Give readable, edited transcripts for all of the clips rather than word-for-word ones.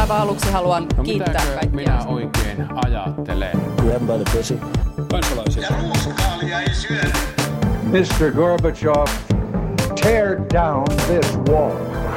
aivan aluksi haluan kiittää kaikkia. Minä oikein ajattelen? Grab by the pussy. Kansalaisia. Ja ruuskaalia ei syödä. Mr. Gorbachev, tear down this wall.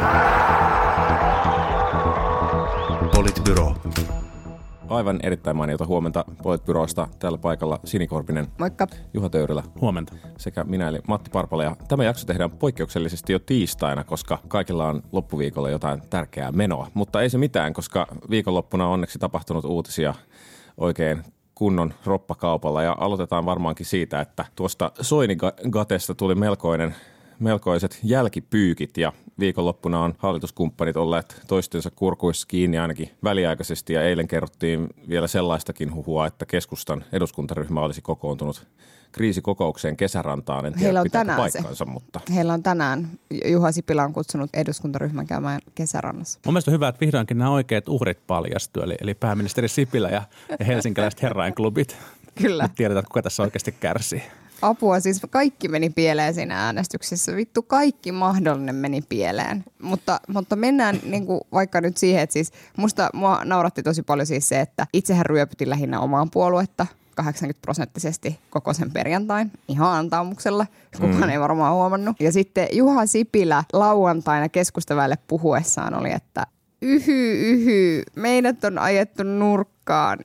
Politbyro. Aivan erittäin mainiota huomenta Politbyrosta. Täällä paikalla Sini Korpinen. Moikka. Juha Töyrylä. Huomenta. Sekä minä eli Matti Parpala. Ja tämä jakso tehdään poikkeuksellisesti jo tiistaina, koska kaikilla on loppuviikolla jotain tärkeää menoa. Mutta ei se mitään, koska viikonloppuna on onneksi tapahtunut uutisia oikein kunnon roppakaupalla. Ja aloitetaan varmaankin siitä, että tuosta Soini-gatesta tuli melkoiset jälkipyykit ja viikonloppuna on hallituskumppanit olleet toistensa kurkuissa kiinni ainakin väliaikaisesti ja eilen kerrottiin vielä sellaistakin huhua, että keskustan eduskuntaryhmä olisi kokoontunut kriisikokoukseen Kesärantaan. En tiedä, pitääkö paikkansa, mutta... Heillä on tänään. Juha Sipilä on kutsunut eduskuntaryhmän käymään Kesärannassa. Mun mielestä on hyvä, että vihdoinkin nämä oikeat uhrit paljastuu, eli pääministeri Sipilä ja helsinkiläiset herrainklubit. Kyllä. Nyt tiedetään, kuka tässä oikeasti kärsii. Apua, siis kaikki meni pieleen siinä äänestyksessä. Vittu, kaikki mahdollinen meni pieleen. Mutta mennään niinku vaikka nyt siihen, että siis mua nauratti tosi paljon siis se, että itsehän ryöpytin lähinnä omaan puoluetta 80% koko sen perjantain ihan antaamuksella. Kukaan ei varmaan huomannut. Ja Juha Sipilä lauantaina Keskustaväelle puhuessaan oli, että meidät on ajettu nurkkaan,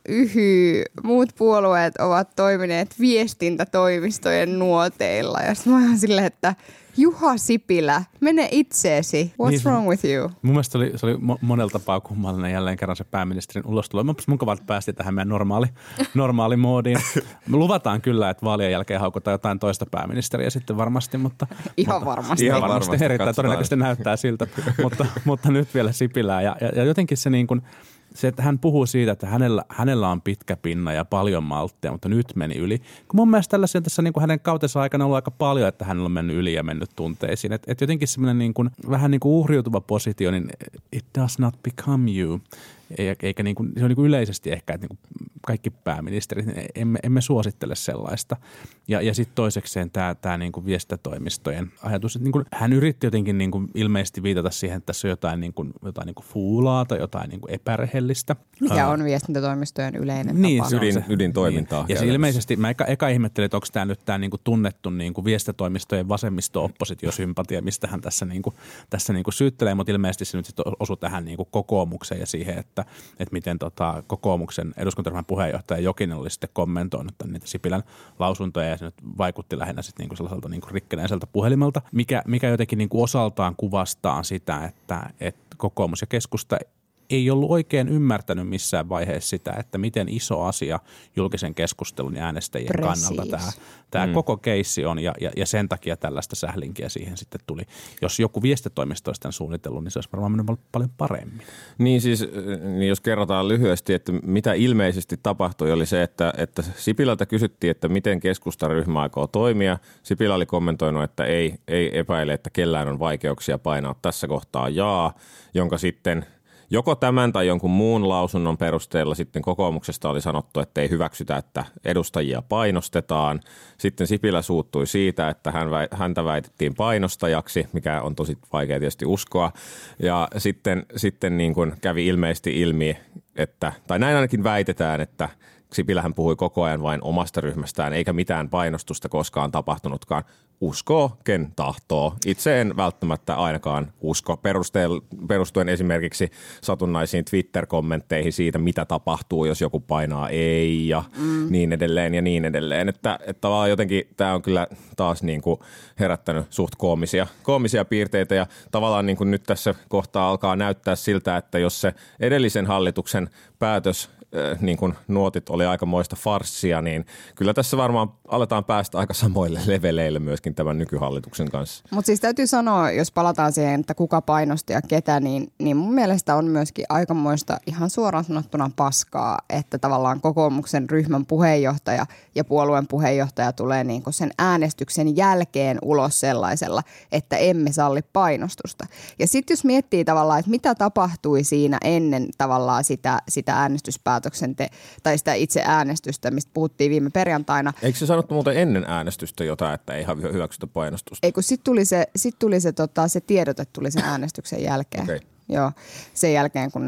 muut puolueet ovat toimineet viestintätoimistojen nuoteilla. Ja sitten mä oon silleen, että Juha Sipilä, mene itseesi. What's wrong with you? Mun mielestä se oli monella tapaa kummallinen jälleen kerran se pääministerin ulostulo. Mä mukavaa, että päästiin tähän meidän normaali moodiin. Me luvataan kyllä, että vaalien jälkeen haukutaan jotain toista pääministeriä sitten varmasti, mutta... Ihan varmasti. Erittäin todennäköisesti näyttää siltä, mutta nyt vielä Sipilää. Ja jotenkin se niin kuin... Se, että hän puhuu siitä, että hänellä on pitkä pinna ja paljon malttia, mutta nyt meni yli. Kun mun mielestä tällaisia tässä niin kuin hänen kautensa aikana on ollut aika paljon, että hänellä on mennyt yli ja mennyt tunteisiin. Että jotenkin semmoinen niin kuin, vähän niin kuin uhriutuva positio, niin it does not become you. Eikä niin kuin, se on niin kuin yleisesti ehkä, että niin kuin kaikki pääministerit, emme suosittele sellaista. Ja sitten toisekseen tämä niin kuin viestintätoimistojen ajatus, että niin kuin hän yritti jotenkin niin kuin ilmeisesti viitata siihen, että tässä on jotain niin kuin fuulaa tai jotain niin kuin epärehellistä. Mikä on viestintätoimistojen yleinen tapa. Ydintoimintaa. Niin. Ja ilmeisesti mä eka ihmettelin, että onko tämä nyt tämä niin kuin tunnettu niin kuin viestintätoimistojen vasemmisto-oppositiosympatia, mistä hän tässä syyttelee, mutta ilmeisesti se nyt sitten osui tähän niin kuin kokoomukseen ja siihen, että miten kokoomuksen eduskuntaryhmän puheenjohtaja Jokinen oli sitten kommentoinut niitä Sipilän lausuntoja ja se nyt vaikutti lähinnä sitten niinku sellaiselta niinku rikkinäiseltä puhelimelta, mikä jotenkin niinku osaltaan kuvastaa sitä, että kokoomus ja keskusta ei ollut oikein ymmärtänyt missään vaiheessa sitä, että miten iso asia julkisen keskustelun ja äänestäjien kannalta tämä koko keissi on ja sen takia tällaista sählinkiä siihen sitten tuli. Jos joku viestintätoimisto olisi tämän suunnitellut, niin se olisi varmaan mennyt paljon paremmin. Niin siis, jos kerrotaan lyhyesti, että mitä ilmeisesti tapahtui, oli se, että Sipilältä kysyttiin, että miten keskustaryhmä aikoo toimia. Sipilä oli kommentoinut, että ei epäile, että kellään on vaikeuksia painaa tässä kohtaa jaa, jonka sitten joko tämän tai jonkun muun lausunnon perusteella sitten kokoomuksesta oli sanottu, että ei hyväksytä, että edustajia painostetaan. Sitten Sipilä suuttui siitä, että häntä väitettiin painostajaksi, mikä on tosi vaikea tietysti uskoa. Ja sitten niin kuin kävi ilmeisesti ilmi, tai näin ainakin väitetään, että Sipilähän puhui koko ajan vain omasta ryhmästään, eikä mitään painostusta koskaan tapahtunutkaan. Uskoo, ken tahtoo. Itse en välttämättä ainakaan usko perustuen esimerkiksi satunnaisiin Twitter-kommentteihin siitä, mitä tapahtuu, jos joku painaa ei ja niin edelleen ja niin edelleen. Että tavallaan jotenkin tämä on kyllä taas niin kuin herättänyt suht koomisia piirteitä ja tavallaan niin kuin nyt tässä kohtaa alkaa näyttää siltä, että jos se edellisen hallituksen päätös niin kuin nuotit oli aikamoista farssia, niin kyllä tässä varmaan aletaan päästä aika samoille leveleille myöskin tämän nykyhallituksen kanssa. Mutta siis täytyy sanoa, jos palataan siihen, että kuka painosti ja ketä, niin mun mielestä on myöskin aikamoista ihan suoraan sanottuna paskaa, että tavallaan kokoomuksen ryhmän puheenjohtaja ja puolueen puheenjohtaja tulee niin kuin sen äänestyksen jälkeen ulos sellaisella, että emme salli painostusta. Ja sitten jos miettii tavallaan, että mitä tapahtui siinä ennen tavallaan sitä äänestyspäätöstä, tai sitä itse äänestystä, mistä puhuttiin viime perjantaina. Eikö se sanottu muuten ennen äänestystä jotain, että ei hyväksytä painostusta? Ei, kun sitten tuli se tiedote tuli sen äänestyksen jälkeen. Okay. Joo, sen jälkeen kun nämä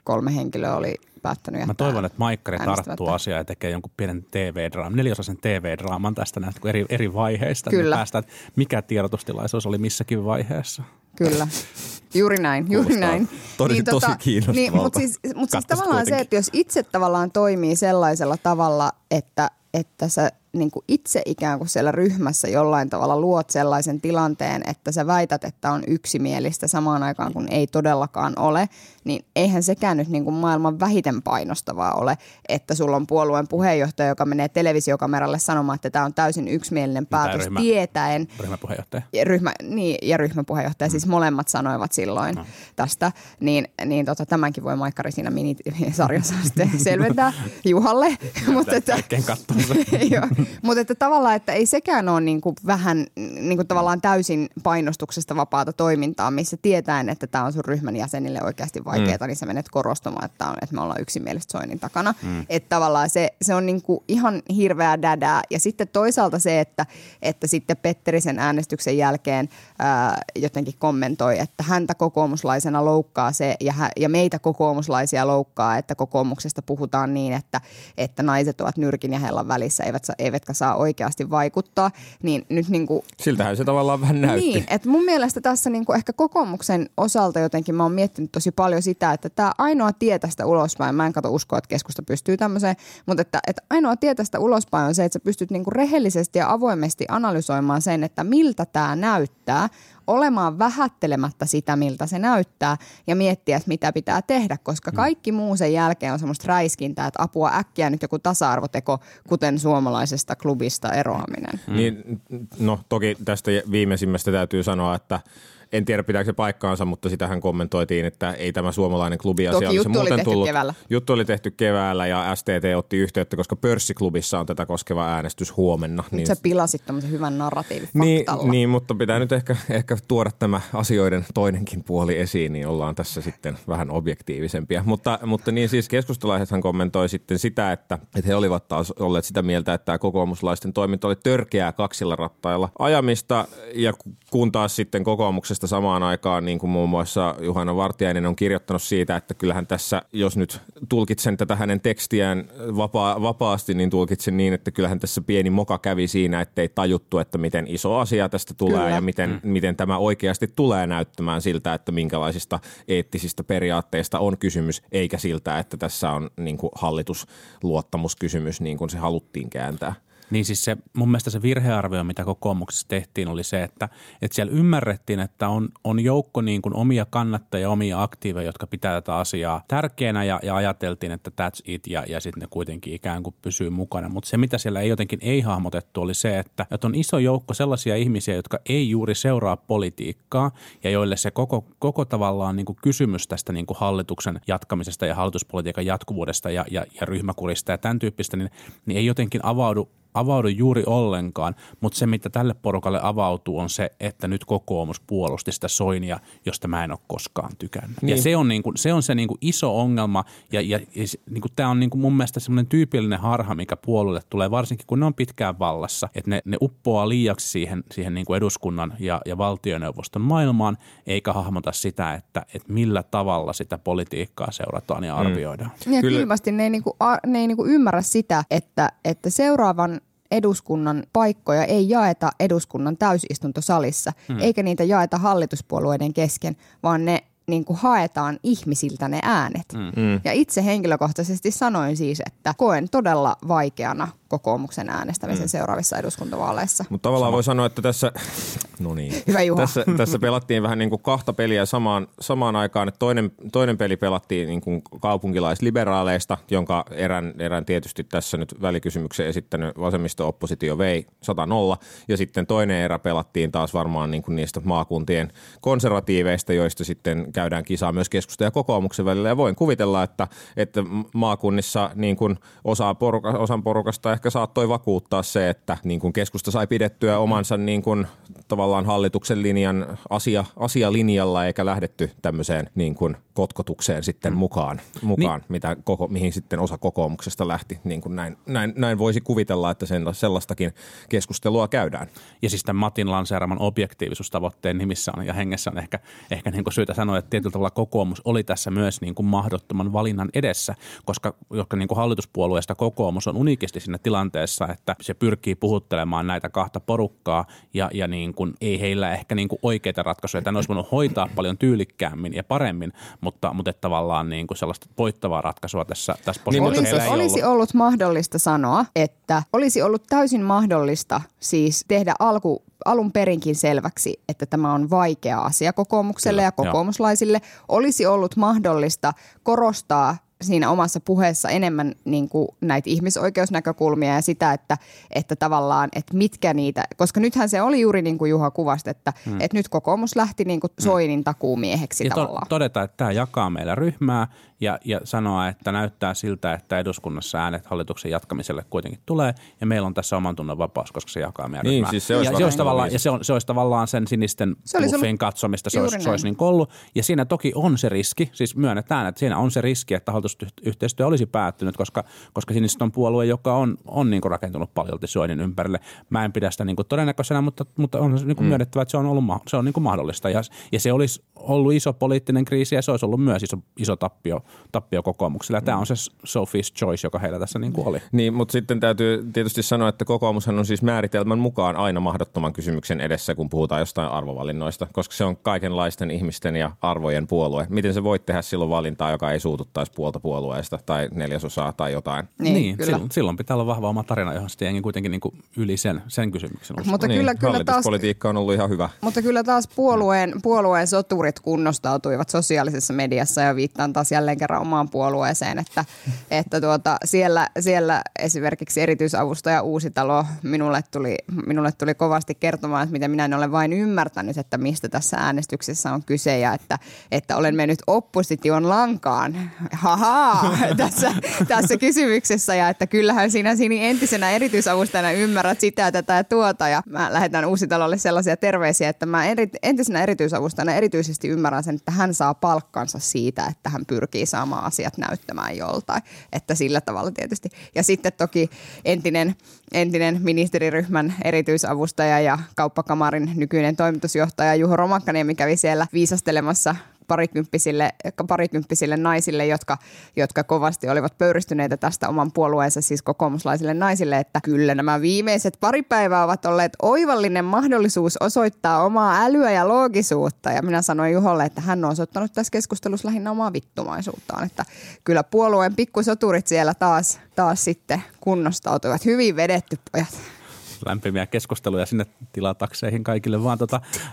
3 henkilöä oli päättänyt jättää. Mä toivon, että Maikkari äänestämättä. tarttuu asiaan ja tekee jonkun pienen TV-draaman, 4-osaisen TV-draaman tästä näistä eri vaiheista. Kyllä. Me päästään, että mikä tiedotustilaisuus oli missäkin vaiheessa. Kyllä, juuri näin. Tosi kiinnostavalta. Mutta siis tavallaan se, että jos itse tavallaan toimii sellaisella tavalla, että sä niin kuin itse ikään kuin siellä ryhmässä jollain tavalla luot sellaisen tilanteen, että sä väität, että on yksimielistä samaan aikaan, kun ei todellakaan ole, niin eihän sekään nyt niin kuin maailman vähiten painostavaa ole, että sulla on puolueen puheenjohtaja, joka menee televisiokameralle sanomaan, että tämä on täysin yksimielinen päätös tietäen. Ryhmäpuheenjohtaja. Ryhmäpuheenjohtaja, siis molemmat sanoivat silloin tästä, niin tämänkin voi Maikkari siinä minisarjassa sitten selventää Juhalle. Mutta että tavallaan, että ei sekään ole niinku vähän niinku tavallaan täysin painostuksesta vapaata toimintaa, missä tietäen, että tämä on sun ryhmän jäsenille oikeasti vaikeaa, niin sä menet korostamaan, että me ollaan yksimielistä Soinin takana. Että tavallaan se on niinku ihan hirveää dädää. Ja sitten toisaalta se, että sitten Petterisen äänestyksen jälkeen jotenkin kommentoi, että häntä kokoomuslaisena loukkaa se ja meitä kokoomuslaisia loukkaa, että kokoomuksesta puhutaan niin, että naiset ovat nyrkin ja hellan välissä, eivätkä saa oikeasti vaikuttaa. Niin nyt niinku, siltähän se tavallaan vähän näytti. Niin, että mun mielestä tässä niinku ehkä kokoomuksen osalta jotenkin mä oon miettinyt tosi paljon sitä, että tämä ainoa tie tästä ulospäin, mä en uskoa, että keskusta pystyy tämmöiseen, mutta että ainoa tie tästä ulospäin on se, että sä pystyt niinku rehellisesti ja avoimesti analysoimaan sen, että miltä tämä näyttää, olemaan vähättelemättä sitä, miltä se näyttää ja miettiä, että mitä pitää tehdä, koska kaikki muu sen jälkeen on semmoista räiskintää, että apua äkkiä nyt joku tasa-arvoteko, kuten suomalaisesta klubista eroaminen. Niin, no toki tästä viimeisimmästä täytyy sanoa, että en tiedä pitääkö se paikkaansa, mutta sitähän kommentoitiin, että ei tämä suomalainen klubi-asia olisi muuten tullut. Juttu oli tehty keväällä ja STT otti yhteyttä, koska Pörssiklubissa on tätä koskeva äänestys huomenna. Nyt sä pilasit tämmöisen hyvän narratiivifaktalla. Niin, mutta pitää nyt ehkä tuoda tämä asioiden toinenkin puoli esiin, niin ollaan tässä sitten vähän objektiivisempia. Mutta niin siis keskustalaisethan kommentoi sitten sitä, että he olivat taas olleet sitä mieltä, että tämä kokoomuslaisten toiminta oli törkeää kaksilla rattailla ajamista ja kun taas sitten kokoomuksesta samaan aikaan, niin kuin muun muassa Juhana Vartiainen on kirjoittanut siitä, että kyllähän tässä, jos nyt tulkitsen tätä hänen tekstiään vapaasti, niin tulkitsen niin, että kyllähän tässä pieni moka kävi siinä, ettei tajuttu, että miten iso asia tästä tulee. Kyllä. Ja miten tämä oikeasti tulee näyttämään siltä, että minkälaisista eettisistä periaatteista on kysymys, eikä siltä, että tässä on niin kuin hallitusluottamuskysymys, niin kuin se haluttiin kääntää. Niin siis mun mielestä se virhearvio, mitä kokoomuksessa tehtiin, oli se, että siellä ymmärrettiin, että on joukko niin kuin omia kannattajia, omia aktiiveja, jotka pitää tätä asiaa tärkeänä ja ajateltiin, että that's it ja sitten ne kuitenkin ikään kuin pysyy mukana. Mutta se, mitä siellä ei hahmotettu, oli se, että on iso joukko sellaisia ihmisiä, jotka ei juuri seuraa politiikkaa ja joille se koko tavallaan niin kuin kysymys tästä niin kuin hallituksen jatkamisesta ja hallituspolitiikan jatkuvuudesta ja ryhmäkurista ja tämän tyyppistä, niin ei jotenkin avaudu juuri ollenkaan, mutta se, mitä tälle porukalle avautuu, on se, että nyt kokoomus puolusti sitä Soinia, josta mä en ole koskaan tykännyt. Niin. Ja se on se iso ongelma, ja niin tämä on mun mielestä semmoinen tyypillinen harha, mikä puolueelle tulee, varsinkin kun ne on pitkään vallassa, että ne uppoaa liiaksi siihen niin kuin eduskunnan ja valtioneuvoston maailmaan, eikä hahmota sitä, että millä tavalla sitä politiikkaa seurataan ja arvioidaan. Ja kylmästi ne ei ymmärrä sitä, että seuraavan eduskunnan paikkoja ei jaeta eduskunnan täysistuntosalissa, eikä niitä jaeta hallituspuolueiden kesken, vaan ne niin kuin haetaan ihmisiltä ne äänet. Ja itse henkilökohtaisesti sanoin siis, että koen todella vaikeana kokoomuksen äänestämisen seuraavissa eduskuntavaaleissa. Mutta tavallaan voi sanoa, että tässä, no niin, hyvä Juha. Tässä pelattiin vähän niin kuin kahta peliä samaan aikaan. Että toinen peli pelattiin niin kuin kaupunkilaisliberaaleista, jonka erän tietysti tässä nyt välikysymyksen esittänyt vasemmisto-oppositio vei 100-0. Ja sitten toinen erä pelattiin taas varmaan niin kuin niistä maakuntien konservatiiveista, joista sitten käydään kisaa myös keskusta ja kokoomuksen välillä. Ja voin kuvitella, että maakunnissa niin kuin osan porukasta ehkä saattoi vakuuttaa se, että niin kuin keskusta sai pidettyä omansa niin kuin tavallaan hallituksen linjan asialinjalla eikä lähdetty tämmöiseen niin kuin kotkotukseen sitten mukaan mihin sitten osa kokoomuksesta lähti. Niin kuin näin voisi kuvitella, että sellaistakin keskustelua käydään. Ja siis tämän Matin lanseeraman objektiivisuustavoitteen nimissä on ja hengessä on ehkä niin kuin syytä sanoa, että tietyllä tavalla kokoomus oli tässä myös niin kuin mahdottoman valinnan edessä, koska niin kuin hallituspuolueesta kokoomus on uniikisti siinä tilanteessa, että se pyrkii puhuttelemaan näitä kahta porukkaa ja niin kuin ei heillä ehkä niin kuin oikeita ratkaisuja. Tämän olisi voinut hoitaa paljon tyylikkäämmin ja paremmin, mutta tavallaan niin kuin sellaista voittavaa ratkaisua tässä positiivisesti olisi ollut mahdollista sanoa, että olisi ollut täysin mahdollista siis tehdä alun perinkin selväksi, että tämä on vaikea asia kokoomukselle ja kokoomuslaisille. Olisi ollut mahdollista korostaa siinä omassa puheessa enemmän niin kuin näitä ihmisoikeusnäkökulmia ja sitä, että tavallaan, että mitkä niitä, koska nythän se oli juuri niin kuin Juha kuvasi, että nyt kokoomus lähti niin kuin Soinin takuumieheksi tavallaan. Todeta, että tämä jakaa meillä ryhmää ja sanoa, että näyttää siltä, että eduskunnassa äänet hallituksen jatkamiselle kuitenkin tulee ja meillä on tässä oman tunnon vapaus, koska se jakaa meidän ryhmää. Siis se olisi tavallaan sen sinisten bluffin katsomista, se olisi niin ollut. Ja siinä toki on se riski, siis myönnetään, että siinä on se riski, että hallitusyhteistyö olisi päättynyt, koska siniset on puolue, joka on niin kuin rakentunut paljolti Soinin ympärille. Mä en pidä sitä niin kuin todennäköisenä, mutta on niin kuin myönnettävä, että se on niin kuin mahdollista. Ja se olisi ollut iso poliittinen kriisi ja se olisi ollut myös iso tappio kokoomukselle. Ja tämä on se Sophie's choice, joka heillä tässä niin kuin oli. Niin, mutta sitten täytyy tietysti sanoa, että kokoomushan on siis määritelmän mukaan aina mahdottoman kysymyksen edessä, kun puhutaan jostain arvovalinnoista, koska se on kaikenlaisten ihmisten ja arvojen puolue. Miten se voi tehdä silloin valintaa, joka ei suututtaisi puolta puolueesta tai neljäsosaa tai jotain? Niin silloin pitää olla vahva oma tarina, johon sitten jengi kuitenkin niin kuin yli sen kysymyksen uskoo. Mutta kyllä hallituspolitiikka on ollut ihan hyvä. Mutta kyllä taas puolueen soturit kunnostautuivat sosiaalisessa mediassa ja viittaan taas jälleen kerran omaan puolueeseen, että siellä esimerkiksi erityisavustaja Uusitalo minulle tuli kovasti kertomaan, että miten minä en ole vain ymmärtänyt, että mistä tässä äänestyksessä on kyse ja että olen mennyt opposition lankaan tässä kysymyksessä ja että kyllähän sinä entisenä erityisavustajana ymmärrät sitä, tätä ja tuota ja mä lähetän Uusitalolle sellaisia terveisiä, että mä entisenä erityisavustajana erityisesti ymmärrän sen, että hän saa palkkansa siitä, että hän pyrkii saamaan asiat näyttämään joltain, että sillä tavalla tietysti. Ja sitten toki entinen ministeriryhmän erityisavustaja ja kauppakamarin nykyinen toimitusjohtaja Juho Romakkaniemi kävi siellä viisastelemassa parikymppisille naisille, jotka kovasti olivat pöyristyneitä tästä oman puolueensa, siis kokoomuslaisille naisille, että kyllä nämä viimeiset pari päivää ovat olleet oivallinen mahdollisuus osoittaa omaa älyä ja loogisuutta. Ja minä sanoin Juholle, että hän on osoittanut tässä keskustelussa lähinnä omaa vittumaisuuttaan, että kyllä puolueen pikkusoturit siellä taas sitten kunnostautuivat. Hyvin vedetty pojat. Lämpimiä keskusteluja sinne tilatakseihin kaikille, vaan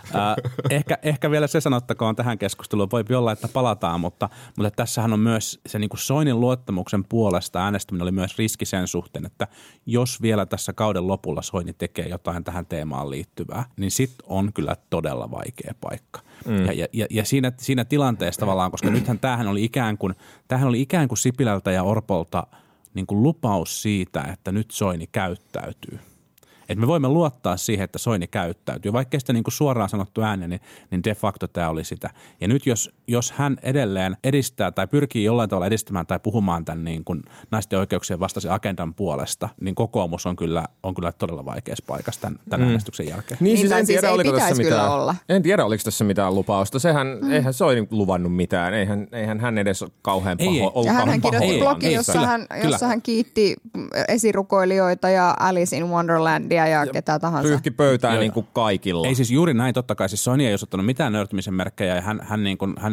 ehkä vielä se sanottakoon tähän keskusteluun. Voi olla, että palataan, mutta tässähän on myös se niin kuin Soinin luottamuksen puolesta äänestäminen oli myös riski sen suhteen, että jos vielä tässä kauden lopulla Soini tekee jotain tähän teemaan liittyvää, niin sitten on kyllä todella vaikea paikka. Ja siinä tilanteessa tavallaan, koska nythän tämähän oli ikään kuin Sipilältä ja Orpolta niin kuin lupaus siitä, että nyt Soini käyttäytyy. Että me voimme luottaa siihen, että Soini käyttäytyy. Vaikka sitä niin kuin suoraan sanottu ääneen, niin de facto tämä oli sitä. Ja nyt jos hän edelleen edistää tai pyrkii jollain tavalla edistämään tai puhumaan tämän niin kuin naisten oikeuksien vastaisen agendan puolesta, niin kokoomus on kyllä todella vaikeassa paikassa tämän äänestyksen jälkeen. Niin siis en tiedä, oliko tässä mitään. En tiedä, oliko tässä mitään lupausta. Eihän Soini luvannut mitään. Eihän hän edes kauhean paho ollut. Ja hän kirjoitti blogin, jossa hän kiitti esirukoilijoita ja Alice in Wonderlandia ja ketä tahansa. Pyyhki pöytään niin kuin kaikilla. Ei siis juuri näin, totta kai siis Soini ei osoittanut mitään nöyrtymisen merkkejä ja hän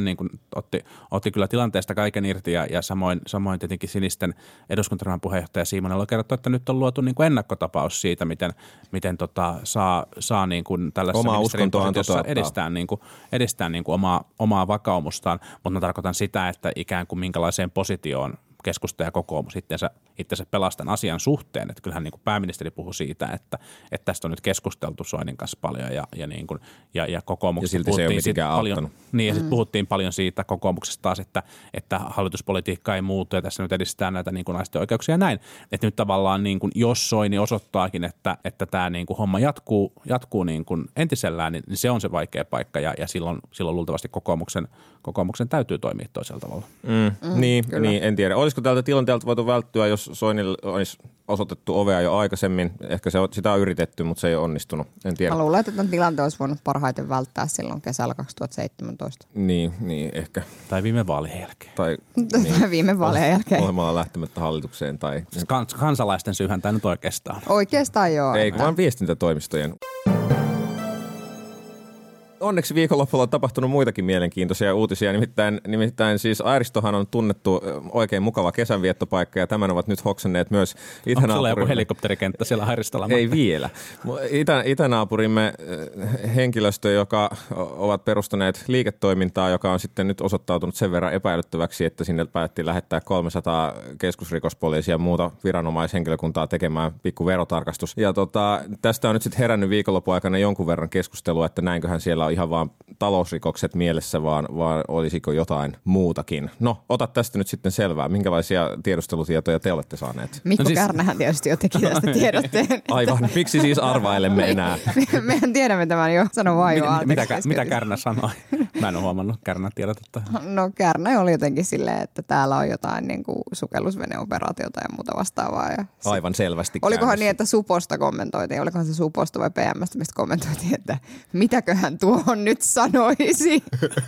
otti kyllä tilanteesta kaiken irti ja samoin tietenkin sinisten eduskuntaryhmän puheenjohtaja Simonella on kerrottu, että nyt on luotu niin kuin ennakkotapaus siitä, miten saa niin kuin tällaisessa ministerin positiossa edistää niin kuin omaa vakaumustaan, mutta mä tarkoitan sitä, että ikään kuin minkälaiseen keskusta ja kokoomus itsensä pelastan asian suhteen. Että kyllähän niin kuin pääministeri puhui siitä, että tästä on nyt keskusteltu Soinin kanssa paljon ja kokoomuksessa puhuttiin paljon. Niin, ja sitten puhuttiin paljon siitä kokoomuksesta taas, että hallituspolitiikka ei muutu ja tässä nyt edistetään näitä niin kuin naisten oikeuksia ja näin. Että nyt tavallaan niin kuin, jos Soini osoittaakin, että tämä niin kuin homma jatkuu niin kuin entisellään, niin se on se vaikea paikka ja silloin luultavasti kokoomuksen täytyy toimia toisella tavalla. Niin, en tiedä. Olisiko tältä tilanteelta voitu välttyä, jos Soinille olisi osoitettu ovea jo aikaisemmin? Ehkä sitä on yritetty, mutta se ei ole onnistunut. En tiedä. Mä luulen, että tämän tilanteen olisi voinut parhaiten välttää silloin kesällä 2017. Niin, ehkä. Tai viime vaalien jälkeen. Tai viime vaalien jälkeen. Olemalla lähtemättä hallitukseen. Tai kansalaisten syyhän tämä nyt oikeastaan. Oikeastaan joo. Ei, vaan viestintätoimistojen. Onneksi viikonlopulla on tapahtunut muitakin mielenkiintoisia uutisia, nimittäin siis Airistohan on tunnettu oikein mukava kesänviettopaikka ja tämän ovat nyt hoksanneet myös itänaapurimme. Onko sulla joku helikopterikenttä siellä Airistolla? Ei vielä. Itänaapurimme henkilöstö, joka ovat perustaneet liiketoimintaa, joka on sitten nyt osoittautunut sen verran epäilyttäväksi, että sinne päätettiin lähettää 300 keskusrikospoliisia ja muuta viranomaishenkilökuntaa tekemään pikku verotarkastus. Ja tästä on nyt sitten herännyt viikonlopun aikana jonkun verran keskustelua, että näinköhän siellä on ihan vaan talousrikokset mielessä, vaan olisiko jotain muutakin. No, ota tästä nyt sitten selvää. Minkälaisia tiedustelutietoja te olette saaneet? Mikko Kärnähän tietysti jo teki tästä tiedotteen. Aivan. Miksi siis arvailemme enää? Mehän tiedämme tämän jo. Sano vaan jo. Mitä Kärnä sanoi? Mä en ole huomannut Kärnän tiedotetta. No Kärnä oli jotenkin silleen, että täällä on jotain niin kuin sukellusveneoperaatiota ja muuta vastaavaa. Ja aivan selvästi. Olikohan niin, että Suposta kommentoitiin? Olikohan se Suposta vai PM:stä, mistä kommentoitiin, että mitäköhän tuohon nyt sanoisi?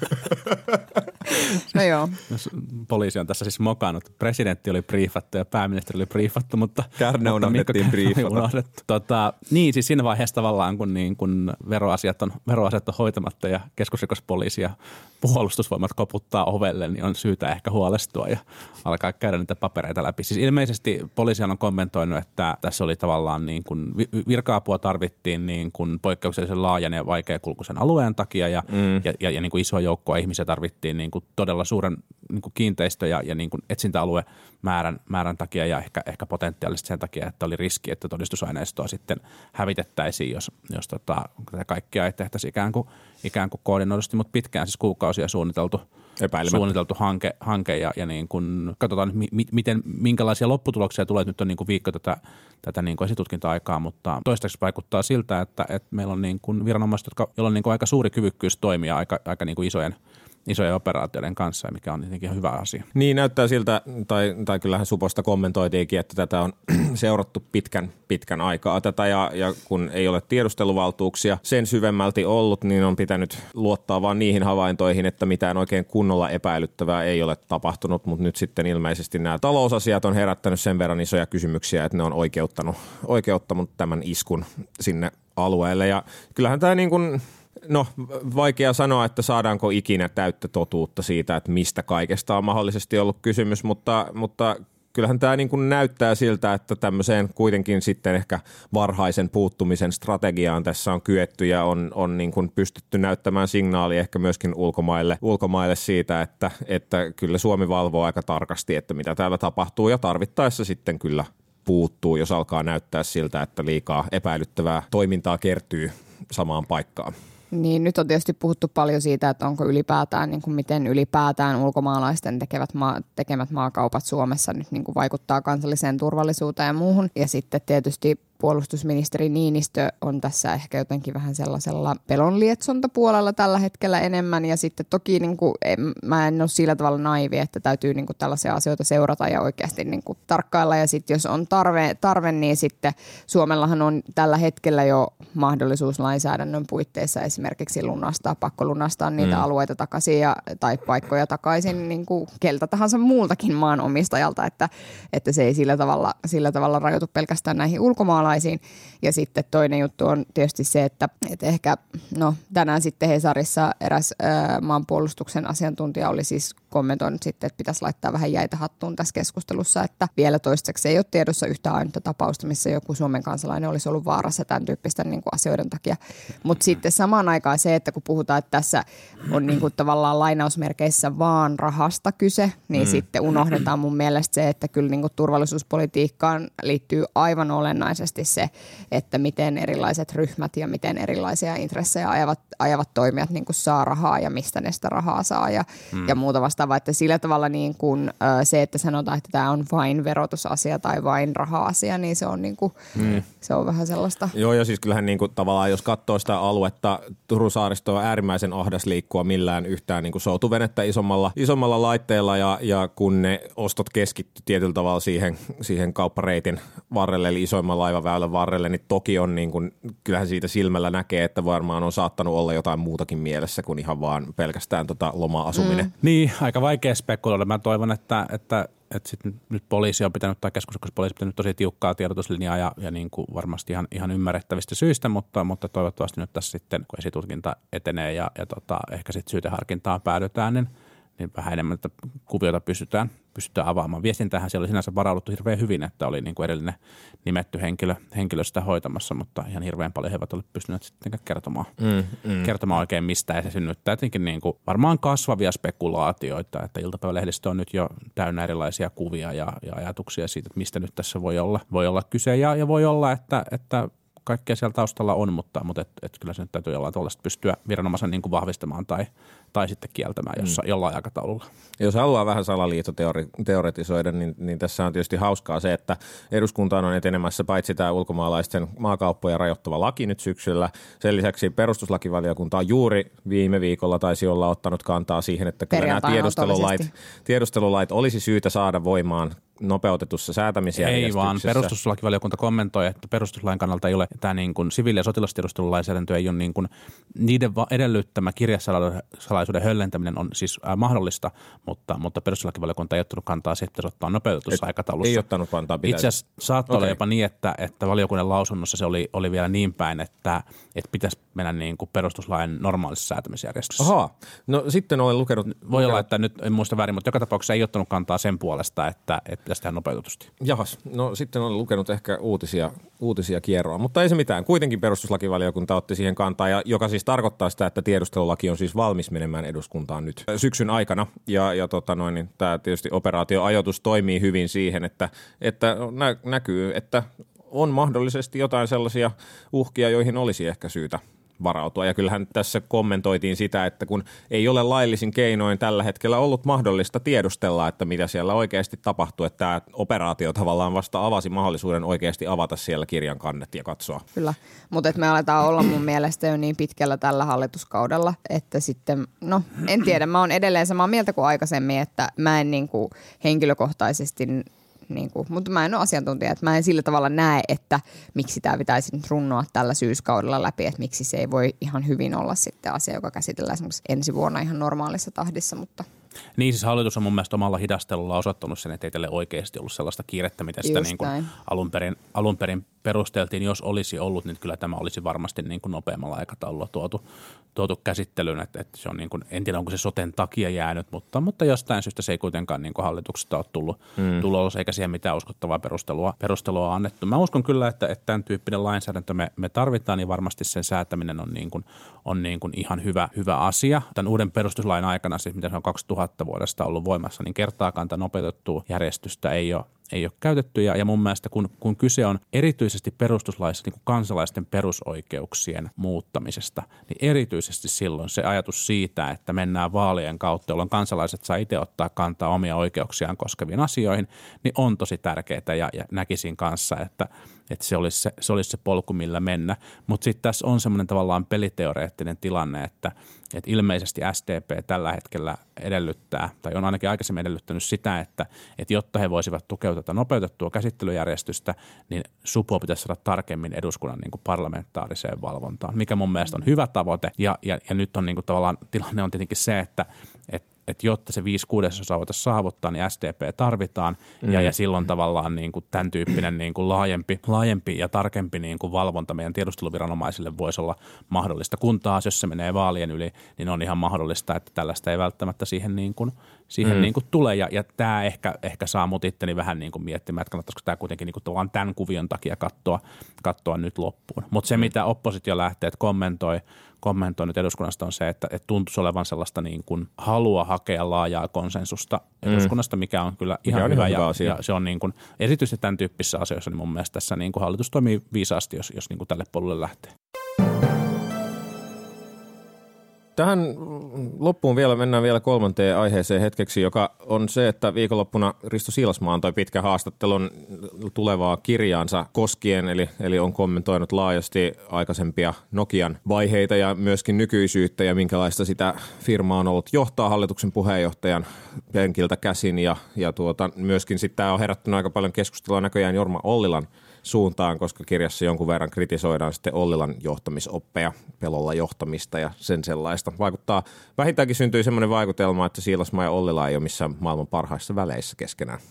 No joo. Poliisi on tässä siis mokannut. Presidentti oli briefattu ja pääministeri oli briefattu, mutta Kärnä unohdettiin briefata. Niin, siis siinä vaiheessa tavallaan, kun veroasiat on hoitamatta ja keskusrikospoliisi ja puolustusvoimat koputtaa ovelle, niin on syytä ehkä huolestua ja alkaa käydä niitä papereita läpi. Siis ilmeisesti poliisi on kommentoinut, että tässä oli tavallaan niin kuin virka-apua tarvittiin niin kuin poikkeuksellisen laajan ja vaikeakulkuisen alueen takia ja niin kuin isoa joukkoa ihmisiä tarvittiin niin kuin todella suuren niin kuin kiinteistö- ja niin kuin etsintäaluemäärän takia ja ehkä potentiaalisesti sen takia, että oli riski, että todistusaineistoa sitten hävitettäisiin, jos tätä kaikkia ei tehtäisi ikään kuin koordinoidusti, mutta pitkään siis kuukausia suunniteltu hanke ja niin kuin katsotaan minkälaisia lopputuloksia tulee. Nyt on niin kuin viikko tätä niin kuin esitutkinta-aikaa, mutta toistaiseksi vaikuttaa siltä, että meillä on niin kuin viranomaiset, joilla on niin kuin aika suuri kyvykkyys toimia aika niin kuin isojen operaatioiden kanssa, mikä on tietenkin hyvä asia. Niin näyttää siltä, tai kyllähän Suposta kommentoitiinkin, että tätä on seurattu pitkän aikaa tätä ja kun ei ole tiedusteluvaltuuksia sen syvemmälti ollut, niin on pitänyt luottaa vaan niihin havaintoihin, että mitään oikein kunnolla epäilyttävää ei ole tapahtunut, mutta nyt sitten ilmeisesti nämä talousasiat on herättänyt sen verran isoja kysymyksiä, että ne on oikeuttanut tämän iskun sinne alueelle ja kyllähän tämä niin kuin no, vaikea sanoa, että saadaanko ikinä täyttä totuutta siitä, että mistä kaikesta on mahdollisesti ollut kysymys, mutta kyllähän tämä niin kuin näyttää siltä, että tämmöiseen kuitenkin sitten ehkä varhaisen puuttumisen strategiaan tässä on kyetty ja on niin kuin pystytty näyttämään signaali ehkä myöskin ulkomaille siitä, että kyllä Suomi valvoo aika tarkasti, että mitä täällä tapahtuu ja tarvittaessa sitten kyllä puuttuu, jos alkaa näyttää siltä, että liikaa epäilyttävää toimintaa kertyy samaan paikkaan. Niin, nyt on tietysti puhuttu paljon siitä, että onko ylipäätään, niin kuin miten ylipäätään ulkomaalaisten tekemät maakaupat Suomessa nyt niin kuin vaikuttaa kansalliseen turvallisuuteen ja muuhun. Ja sitten tietysti puolustusministeri Niinistö on tässä ehkä jotenkin vähän sellaisella pelonlietsontapuolella tällä hetkellä enemmän. Ja sitten toki niin kuin, mä en ole sillä tavalla naivi, että täytyy niin kuin tällaisia asioita seurata ja oikeasti niin kuin tarkkailla. Ja sitten jos on tarve, niin sitten Suomellahan on tällä hetkellä jo mahdollisuus lainsäädännön puitteissa esimerkiksi pakkolunastaa niitä alueita takaisin tai paikkoja takaisin niin kuin keltä tahansa muultakin maanomistajalta, että se ei sillä tavalla rajoitu pelkästään näihin ulkomaalaisiin. Ja sitten toinen juttu on tietysti se, että ehkä tänään sitten Hesarissa eräs maanpuolustuksen asiantuntija oli siis kommentoinut sitten, että pitäisi laittaa vähän jäitä hattuun tässä keskustelussa, että vielä toistaiseksi ei ole tiedossa yhtään ainutta tapausta, missä joku Suomen kansalainen olisi ollut vaarassa tämän tyyppisten niin kuin asioiden takia. Mutta sitten samaan aikaan se, että kun puhutaan, että tässä on niin kuin tavallaan lainausmerkeissä vaan rahasta kyse, niin sitten unohdetaan mun mielestä se, että kyllä niin kuin turvallisuuspolitiikkaan liittyy aivan olennaisesti se, että miten erilaiset ryhmät ja miten erilaisia intressejä ajavat toimijat niin kuin saa rahaa ja mistä ne sitä rahaa saa ja muuta vastaavaa. Että sillä tavalla niin kuin, se, että sanotaan, että tämä on vain verotusasia tai vain raha-asia, niin se on, niin kuin, se on vähän sellaista. Joo, ja siis kyllähän niin kuin, tavallaan jos katsoo sitä aluetta, Turun saaristo on äärimmäisen ahdas liikkua millään yhtään niin kuin soutuvenettä isommalla laitteella ja kun ne ostot keskittyy tietyllä tavalla siihen kauppareitin varrelle, eli isoimman laivaväylän varrelle, niin toki on niin kuin, kyllähän siitä silmällä näkee, että varmaan on saattanut olla jotain muutakin mielessä kuin ihan vaan pelkästään loma-asuminen. Niin, aika vaikea spekuloida. Mä toivon, että sit nyt poliisi on pitänyt, tai keskustelussa poliisi on pitänyt tosi tiukkaa tiedotuslinjaa ja niin kuin varmasti ihan ymmärrettävistä syistä, mutta toivottavasti nyt tässä sitten, kun esitutkinta etenee ja ehkä sitten syyteharkintaan päädytään, niin vähän enemmän että kuviota pystytään avaamaan. Viestintähän siellä oli sinänsä varauduttu hirveän hyvin, että oli niin kuin edellinen nimetty henkilö sitä hoitamassa, mutta ihan hirveän paljon he eivät ole pystyneet sitten kertomaan oikein mistä. Ja se synnyttää jotenkin niin kuin varmaan kasvavia spekulaatioita, että iltapäivälehdistö on nyt jo täynnä erilaisia kuvia ja ajatuksia siitä, että mistä nyt tässä voi olla kyse. Ja voi olla, että kaikkea siellä taustalla on, mutta kyllä se nyt täytyy jollain tavalla pystyä viranomaisen niin kuin vahvistamaan tai sitten kieltämään jollain aikataululla. Jos haluaa vähän salaliittoteoretisoida, niin tässä on tietysti hauskaa se, että eduskuntaan on etenemässä paitsi tämä ulkomaalaisten maakauppoja rajoittava laki nyt syksyllä. Sen lisäksi perustuslakivaliokunta on juuri viime viikolla taisi olla ottanut kantaa siihen, että kyllä nämä tiedustelulait olisi syytä saada voimaan nopeutetussa säätämisjärjestyksessä. Ei vaan, perustuslakivaliokunta kommentoi, että perustuslain kannalta ei ole tämä niin kuin siviili- ja sotilastiedustelulainsäädäntö ei ole niin kuin niiden edellyttämä kirjasalaisuuden höllentäminen on siis mahdollista, mutta perustuslakivaliokunta ei ottanut kantaa siihen, että se ottaa nopeutetussa aikataulussa. Ei ottanut kantaa, pitäisi. Itse asiassa saattoi olla jopa niin, että valiokunnan lausunnossa se oli vielä niin päin, että pitäisi mennä niin kuin perustuslain normaalissa säätämisjärjestyksessä. Ahaa, no sitten olen lukenut. Voi olla, että nyt en muista väärin, mutta joka tapauksessa ei ottanut kantaa sen puolesta, että pitäisi tehdä nopeutetusti. Jahas, no sitten olen lukenut ehkä uutisia kierroa, mutta ei se mitään. Kuitenkin perustuslakivaliokunta otti siihen kantaa, joka siis tarkoittaa sitä, että tiedustelulaki on siis valmis menemään eduskuntaan nyt syksyn aikana. Niin tämä tietysti operaatioajoitus toimii hyvin siihen, että näkyy, että on mahdollisesti jotain sellaisia uhkia, joihin olisi ehkä syytä varautua. Ja kyllähän tässä kommentoitiin sitä, että kun ei ole laillisin keinoin tällä hetkellä ollut mahdollista tiedustella, että mitä siellä oikeasti tapahtuu, että tämä operaatio tavallaan vasta avasi mahdollisuuden oikeasti avata siellä kirjan kannet ja katsoa. Kyllä, mutta me aletaan olla mun mielestä jo niin pitkällä tällä hallituskaudella, että sitten, no en tiedä, mä oon edelleen samaa mieltä kuin aikaisemmin, että mä en niin kuin henkilökohtaisesti mutta mä en ole asiantuntija, että mä en sillä tavalla näe, että miksi tämä pitäisi nyt runnoa tällä syyskaudella läpi, että miksi se ei voi ihan hyvin olla sitten asia, joka käsitellään esimerkiksi ensi vuonna ihan normaalissa tahdissa, mutta niin siis hallitus on mun mielestä omalla hidastelulla osoittanut sen, että ei tälle oikeasti ollut sellaista kiirettä, mitä sitä niin kuin alun perin perusteltiin. Jos olisi ollut, niin kyllä tämä olisi varmasti niin kuin nopeammalla aikataululla tuotu käsittelyyn. Että se on niin kuin, en tiedä onko se soten takia jäänyt, mutta jostain syystä se ei kuitenkaan niin kuin hallituksesta ole tullut eikä siihen mitään uskottavaa perustelua annettu. Mä uskon kyllä, että tämän tyyppinen lainsäädäntö me tarvitaan, niin varmasti sen säätäminen on niin kuin ihan hyvä asia. Tämän uuden perustuslain aikana, siis mitä se on 2000 vuodesta ollut voimassa, niin kertaakaan tämä nopeutettua järjestystä ei ole käytetty ja mun mielestä kun kyse on erityisesti perustuslaissa niin kuin kansalaisten perusoikeuksien muuttamisesta, niin erityisesti silloin se ajatus siitä, että mennään vaalien kautta, jolloin kansalaiset saa itse ottaa kantaa omia oikeuksiaan koskeviin asioihin, niin on tosi tärkeää ja näkisin kanssa, että se olisi se polku, millä mennä. Mutta sitten tässä on semmoinen tavallaan peliteoreettinen tilanne, että ilmeisesti SDP tällä hetkellä edellyttää, tai on ainakin aikaisemmin edellyttänyt sitä, että jotta he voisivat tukea tätä nopeutettua käsittelyjärjestystä, niin supo pitäisi saada tarkemmin eduskunnan niin kuin parlamentaariseen valvontaan, mikä mun mielestä on hyvä tavoite. Ja nyt on niin kuin tavallaan tilanne on tietenkin se, että jotta se 5/6 voitaisiin saavuttaa, niin SDP tarvitaan ja silloin tavallaan niin kuin tämän tyyppinen niin kuin laajempi ja tarkempi niin kuin valvonta meidän tiedusteluviranomaisille voisi olla mahdollista. Kun taas, jos se menee vaalien yli, niin on ihan mahdollista, että tällaista ei välttämättä siihen niin kuin niin kuin tulee. Ja tämä ehkä saa mut itteni vähän niin kuin miettimään, että kannattaisiko tämä kuitenkin niin kuin tavallaan tämän kuvion takia katsoa nyt loppuun. Mutta se, mitä oppositiolähteet kommentoi nyt eduskunnasta on se, että tuntuisi olevan sellaista niin kuin halua hakea laajaa konsensusta eduskunnasta, mikä on kyllä ihan hyvä ja se on niin kuin, erityisesti tämän tyyppisissä asioissa, niin mun mielestä tässä niin kuin hallitus toimii viisaasti, jos niin kuin tälle polulle lähtee. Tähän loppuun mennään vielä kolmanteen aiheeseen hetkeksi, joka on se, että viikonloppuna Risto Siilasmaa antoi pitkän haastattelun tulevaa kirjaansa koskien, eli on kommentoinut laajasti aikaisempia Nokian vaiheita ja myöskin nykyisyyttä ja minkälaista sitä firmaa on ollut johtaa hallituksen puheenjohtajan penkiltä käsin ja myöskin sitten tämä on herättänyt aika paljon keskustelua näköjään Jorma Ollilan suuntaan, koska kirjassa jonkun verran kritisoidaan sitten Ollilan johtamisoppeja, pelolla johtamista ja sen sellaista. Vähintäänkin syntyy semmoinen vaikutelma, että Siilasmaa ja Ollila ei ole missään maailman parhaissa väleissä keskenään.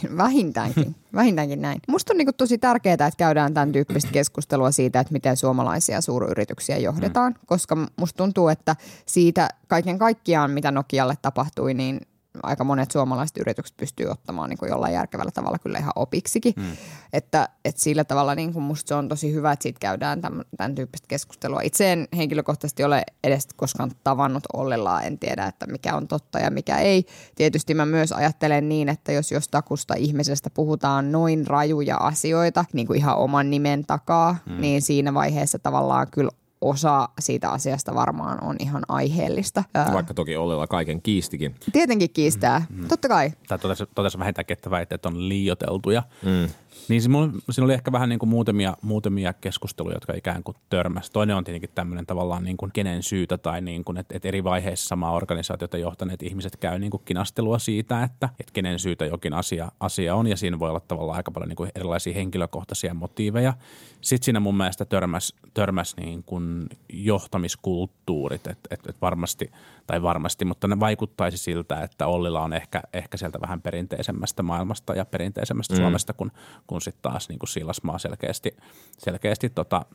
Vähintäänkin näin. Musta on niin kuin tosi tärkeää, että käydään tämän tyyppistä keskustelua siitä, että miten suomalaisia suuryrityksiä johdetaan, koska musta tuntuu, että siitä kaiken kaikkiaan, mitä Nokialle tapahtui, niin aika monet suomalaiset yritykset pystyy ottamaan niin kuin jollain järkevällä tavalla kyllä ihan opiksikin. Että sillä tavalla niin kuin musta se on tosi hyvä, että siitä käydään tämän tyyppistä keskustelua. Itse en henkilökohtaisesti ole edes koskaan tavannut Ollilaa, en tiedä, että mikä on totta ja mikä ei. Tietysti mä myös ajattelen niin, että jos jostakusta ihmisestä puhutaan noin rajuja asioita, niin kuin ihan oman nimen takaa, niin siinä vaiheessa tavallaan kyllä osa siitä asiasta varmaan on ihan aiheellista. Vaikka toki Ollila kaiken kiistikin. Tietenkin kiistää, totta kai. Tai totesi vähintäänkin, että väitteet on liioiteltuja. Niin siinä oli ehkä vähän niin kuin muutamia keskusteluja, jotka ikään kuin törmäsi. Toinen on tietenkin tämmöinen tavallaan niin kuin kenen syytä tai niin kuin, että eri vaiheissa samaa organisaatiota johtaneet ihmiset käy niin kuin kinastelua siitä, että kenen syytä jokin asia on ja siinä voi olla tavallaan aika paljon niin kuin erilaisia henkilökohtaisia motiiveja. Sitten siinä mun mielestä törmäsi niin kuin johtamiskulttuurit, että varmasti, mutta ne vaikuttaisi siltä, että Ollila on ehkä sieltä vähän perinteisemmästä maailmasta ja perinteisemmästä Suomesta, kun sitten taas niin kuin Siilasmaa selkeästi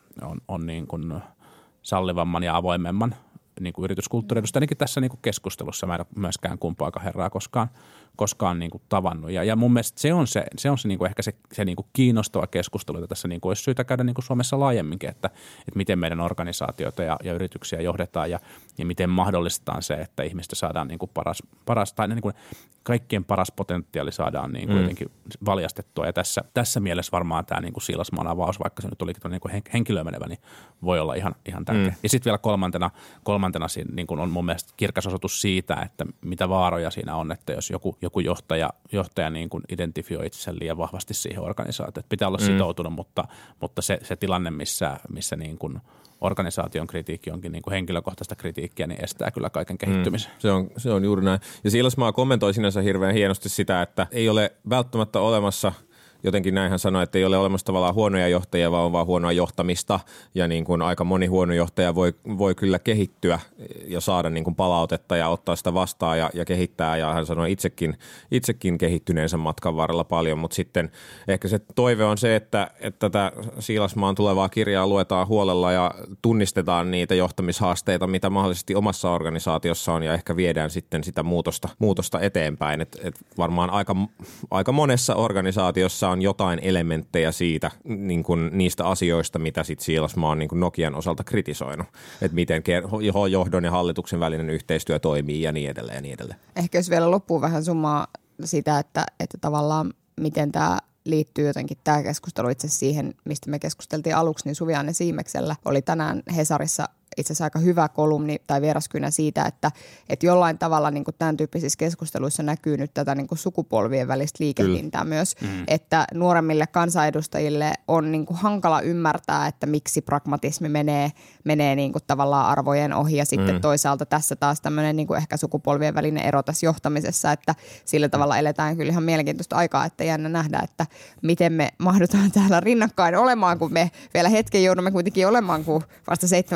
on niin kuin sallivamman ja avoimemman niin kuin yrityskulttuuriedusta. Ainakin tässä niin kuin keskustelussa mä en ole myöskään kumpaakaan herraa koskaan niin kuin tavannut. Ja mun mielestä se on se niin kuin ehkä se niin kuin kiinnostava keskustelu, jota tässä niin kuin olisi syytä käydä niin kuin Suomessa laajemminkin, että miten meidän organisaatioita ja yrityksiä johdetaan ja miten mahdollistetaan se, että ihmistä saadaan niin kuin paras tai niin kuin kaikkien paras potentiaali saadaan niin kuin jotenkin valjastettua. Ja tässä mielessä varmaan tämä niin kuin Siilasmaan avaus, vaikka se nyt olikin niin kuin henkilöön menevä, niin voi olla ihan tärkeä. Ja sitten vielä kolmantena siinä niin kuin on mun mielestä kirkas osoitus siitä, että mitä vaaroja siinä on, että jos joku johtaja niin kuin identifioi itsensä liian vahvasti siihen organisaatioon. Että pitää olla sitoutunut, mutta se tilanne, missä niin kuin organisaation kritiikki onkin niin kuin henkilökohtaista kritiikkiä, niin estää kyllä kaiken kehittymisen. Se on juuri näin. Ja Siilasmaa kommentoi sinänsä hirveän hienosti sitä, että ei ole välttämättä olemassa, jotenkin näin hän sanoi, että ei ole olemassa tavallaan huonoja johtajia, vaan on vaan huonoa johtamista. Ja niin kuin aika moni huono johtaja voi kyllä kehittyä ja saada niin kuin palautetta ja ottaa sitä vastaan ja kehittää. Ja hän sanoi itsekin kehittyneensä matkan varrella paljon, mutta sitten ehkä se toive on se, että tätä Siilasmaan tulevaa kirjaa luetaan huolella ja tunnistetaan niitä johtamishaasteita, mitä mahdollisesti omassa organisaatiossa on ja ehkä viedään sitten sitä muutosta eteenpäin. Et varmaan aika monessa organisaatiossa on jotain elementtejä siitä, niin kuin niistä asioista, mitä sitten Siilasmaa on niin kuin Nokian osalta kritisoinut. Että miten johdon ja hallituksen välinen yhteistyö toimii ja niin edelleen ja niin edelleen. Ehkä jos vielä loppuu vähän summaa sitä, että tavallaan miten tämä liittyy jotenkin tämä keskustelu itse siihen, mistä me keskusteltiin aluksi, niin Suvi-Anne Siimeksellä oli tänään Hesarissa itse asiassa aika hyvä kolumni tai vieraskynä siitä, että jollain tavalla niin kuin tämän tyyppisissä keskusteluissa näkyy nyt tätä niin kuin sukupolvien välistä liikehdintää myös, että nuoremmille kansanedustajille on niin kuin hankala ymmärtää, että miksi pragmatismi menee niin kuin tavallaan arvojen ohi ja sitten toisaalta tässä taas tämmöinen niin kuin ehkä sukupolvien välinen ero tässä johtamisessa, että sillä tavalla eletään kyllä ihan mielenkiintoista aikaa, että jännä nähdä, että miten me mahdutaan täällä rinnakkain olemaan, kun me vielä hetken joudumme kuitenkin olemaan, kun vasta 70-vuotiaana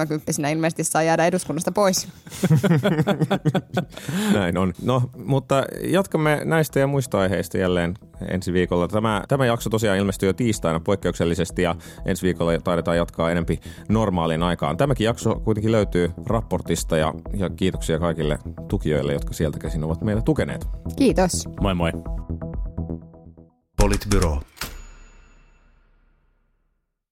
Rinne ilmeisesti saa jäädä eduskunnasta pois. Näin on. No, mutta jatkamme näistä ja muista aiheista jälleen ensi viikolla. Tämä jakso tosiaan ilmestyy jo tiistaina poikkeuksellisesti ja ensi viikolla taidetaan jatkaa enempi normaaliin aikaan. Tämäkin jakso kuitenkin löytyy raportista ja kiitoksia kaikille tukijoille, jotka sieltä käsin ovat meitä tukeneet. Kiitos. Moi moi. Politbyro.